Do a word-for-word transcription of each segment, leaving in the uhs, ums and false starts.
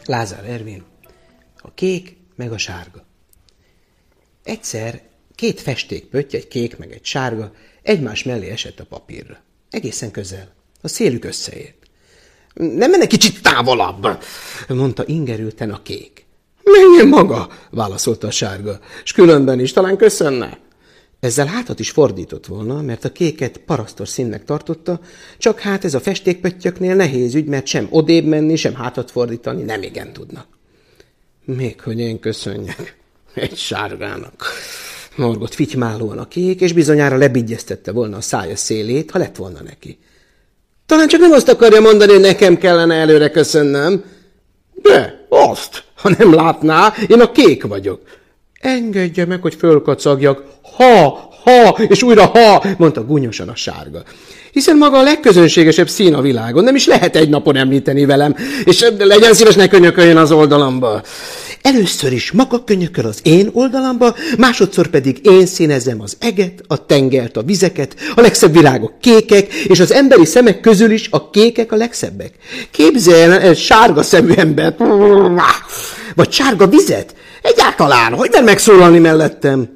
Lázár Ervin, a kék meg a sárga. Egyszer két festékpötty, egy kék meg egy sárga, egymás mellé esett a papírra. Egészen közel. A szélük összeért. Nem menne kicsit távolabb, mondta ingerülten a kék. Menjen maga, válaszolta a sárga, s különben is talán köszönne. Ezzel hátat is fordított volna, mert a kéket parasztos színnek tartotta, csak hát ez a festékpöttyöknél nehéz ügy, mert sem odébb menni, sem hátat fordítani nem igen tudnak. Még hogy én köszönjek egy sárgának, morgott fitymálóan a kék, és bizonyára lebigyeztette volna a szája szélét, ha lett volna neki. Talán csak nem azt akarja mondani, hogy nekem kellene előre köszönnöm. De azt, ha nem látná, én a kék vagyok. Engedje meg, hogy fölkacagjak. Ha, ha, és újra ha, mondta gúnyosan a sárga. Hiszen maga a legközönségesebb szín a világon, nem is lehet egy napon említeni velem, és legyen szíves, ne könyököljön az oldalamba. Először is maga könyököl az én oldalamba, másodszor pedig én színezem az eget, a tengert, a vizeket, a legszebb virágok kékek, és az emberi szemek közül is a kékek a legszebbek. Képzeljen egy sárga szemű embert, vagy sárga vizet, egyáltalán, hogy nem megszólalni mellettem?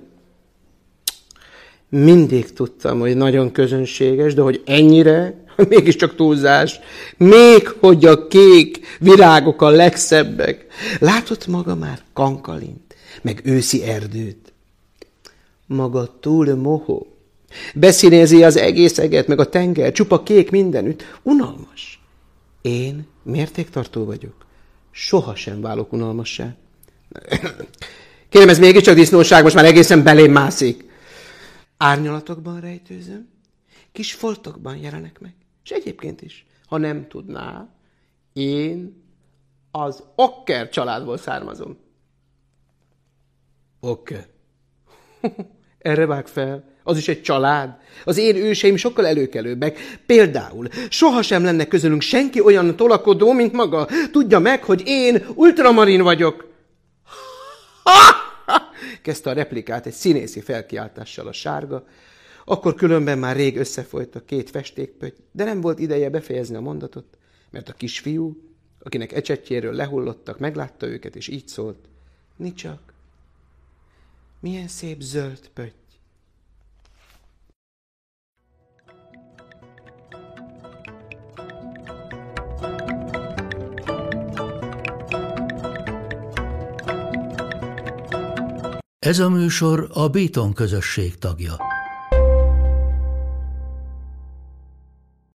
Mindig tudtam, hogy nagyon közönséges, de hogy ennyire, mégiscsak túlzás. Még hogy a kék virágok a legszebbek. Látott maga már kankalint, meg őszi erdőt? Maga túl mohó. Beszínézi az egész eget, meg a tenger, csupa kék mindenütt. Unalmas. Én mértéktartó vagyok. Sohasem válok unalmassá. Kérem, ez mégiscsak disznóság, most már egészen belém mászik. Árnyalatokban rejtőzöm, kis foltokban jelenek meg, és egyébként is, ha nem tudná, én az Ocker családból származom. Ocker? Erre vág fel, az is egy család. Az én őseim sokkal előkelőbbek. Például sohasem lenne közülünk senki olyan tolakodó, mint maga. Tudja meg, hogy én ultramarin vagyok. Ha! Kezdte a replikát egy színészi felkiáltással a sárga, akkor különben már rég összefolyt a két festékpötty, de nem volt ideje befejezni a mondatot, mert a kisfiú, akinek ecsetjéről lehullottak, meglátta őket, és így szólt. Nicsak, milyen szép zöld pötty. Ez a műsor a Béton közösség tagja.